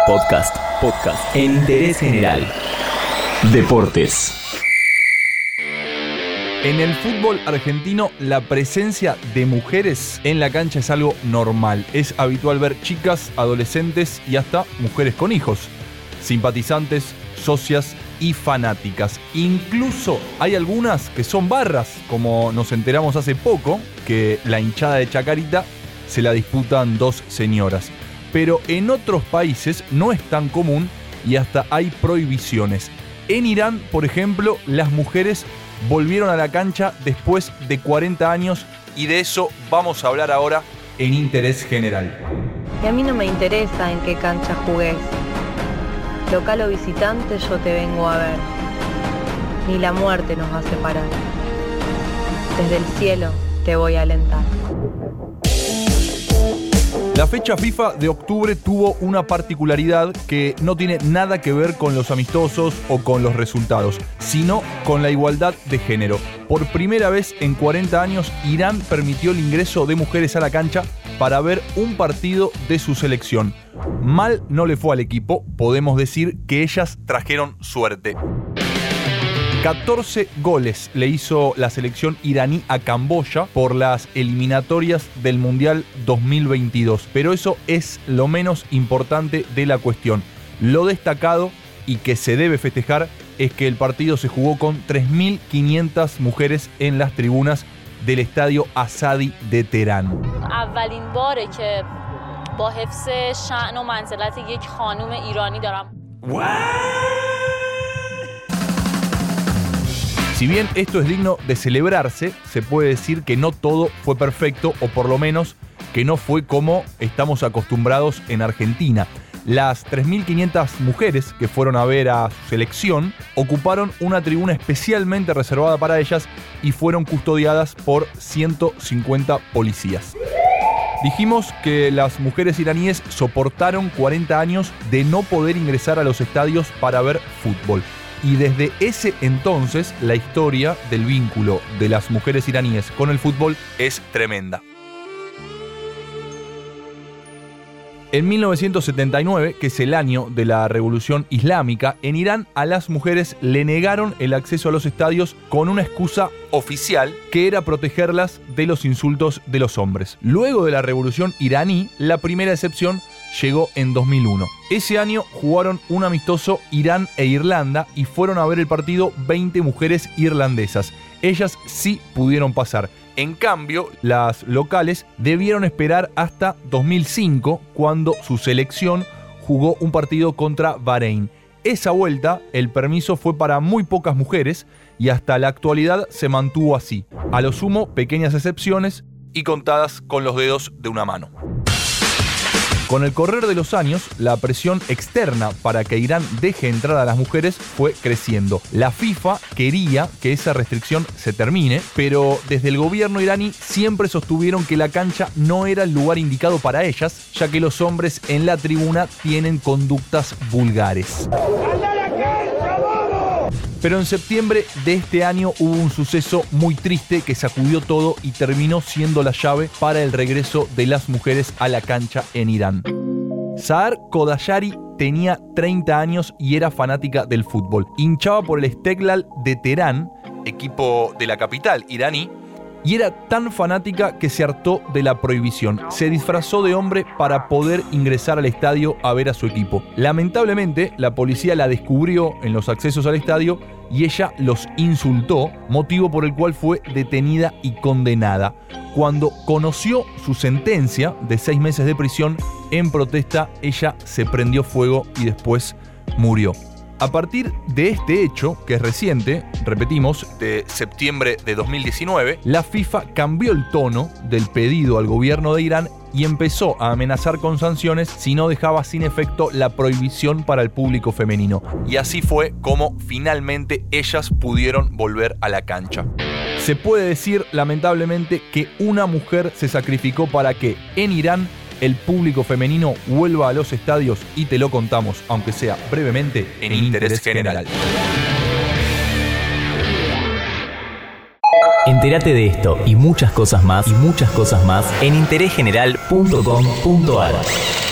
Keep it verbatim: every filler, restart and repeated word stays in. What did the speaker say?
Podcast. Podcast. En interés general. Deportes. En el fútbol argentino, la presencia de mujeres en la cancha es algo normal. Es habitual ver chicas, adolescentes y hasta mujeres con hijos, simpatizantes, socias y fanáticas. Incluso hay algunas que son barras, como nos enteramos hace poco, que la hinchada de Chacarita se la disputan dos señoras. Pero en otros países no es tan común y hasta hay prohibiciones. En Irán, por ejemplo, las mujeres volvieron a la cancha después de cuarenta años y de eso vamos a hablar ahora en Interés General. Y a mí no me interesa en qué cancha jugués. Local o visitante, yo te vengo a ver. Ni la muerte nos va a separar. Desde el cielo te voy a alentar. La fecha FIFA de octubre tuvo una particularidad que no tiene nada que ver con los amistosos o con los resultados, sino con la igualdad de género. Por primera vez en cuarenta años, Irán permitió el ingreso de mujeres a la cancha para ver un partido de su selección. Mal no le fue al equipo, podemos decir que ellas trajeron suerte. catorce goles le hizo la selección iraní a Camboya por las eliminatorias del Mundial dos mil veintidós. Pero eso es lo menos importante de la cuestión. Lo destacado y que se debe festejar es que el partido se jugó con tres mil quinientas mujeres en las tribunas del estadio Azadi de Teherán. اولین باره که با حفظ شأن و منزلت یک خانم ایرانی دارم. Si bien esto es digno de celebrarse, se puede decir que no todo fue perfecto, o por lo menos que no fue como estamos acostumbrados en Argentina. Las tres mil quinientas mujeres que fueron a ver a su selección ocuparon una tribuna especialmente reservada para ellas y fueron custodiadas por ciento cincuenta policías. Dijimos que las mujeres iraníes soportaron cuarenta años de no poder ingresar a los estadios para ver fútbol. Y desde ese entonces, la historia del vínculo de las mujeres iraníes con el fútbol es tremenda. En mil novecientos setenta y nueve, que es el año de la Revolución Islámica, en Irán a las mujeres le negaron el acceso a los estadios con una excusa oficial que era protegerlas de los insultos de los hombres. Luego de la Revolución iraní, la primera excepción llegó en dos mil uno. Ese año jugaron un amistoso Irán e Irlanda y fueron a ver el partido veinte mujeres irlandesas. Ellas sí pudieron pasar. En cambio, las locales debieron esperar hasta dos mil cinco, cuando su selección jugó un partido contra Bahrein. Esa vuelta, el permiso fue para muy pocas mujeres y hasta la actualidad se mantuvo así. A lo sumo, pequeñas excepciones y contadas con los dedos de una mano. Con el correr de los años, la presión externa para que Irán deje entrar a las mujeres fue creciendo. La FIFA quería que esa restricción se termine, pero desde el gobierno iraní siempre sostuvieron que la cancha no era el lugar indicado para ellas, ya que los hombres en la tribuna tienen conductas vulgares. Pero en septiembre de este año hubo un suceso muy triste que sacudió todo y terminó siendo la llave para el regreso de las mujeres a la cancha en Irán. Sahar Khodayari tenía treinta años y era fanática del fútbol. Hinchaba por el Istiklal de Teherán, equipo de la capital iraní, y era tan fanática que se hartó de la prohibición. Se disfrazó de hombre para poder ingresar al estadio a ver a su equipo. Lamentablemente, la policía la descubrió en los accesos al estadio y ella los insultó, motivo por el cual fue detenida y condenada. Cuando conoció su sentencia de seis meses de prisión, en protesta, ella se prendió fuego y después murió. A partir de este hecho, que es reciente, repetimos, de septiembre de dos mil diecinueve, la FIFA cambió el tono del pedido al gobierno de Irán y empezó a amenazar con sanciones si no dejaba sin efecto la prohibición para el público femenino. Y así fue como finalmente ellas pudieron volver a la cancha. Se puede decir, lamentablemente, que una mujer se sacrificó para que en Irán el público femenino vuelva a los estadios, y te lo contamos, aunque sea brevemente, en, en Interés General. Entérate de esto y muchas cosas más y muchas cosas más en interés general punto com punto a r.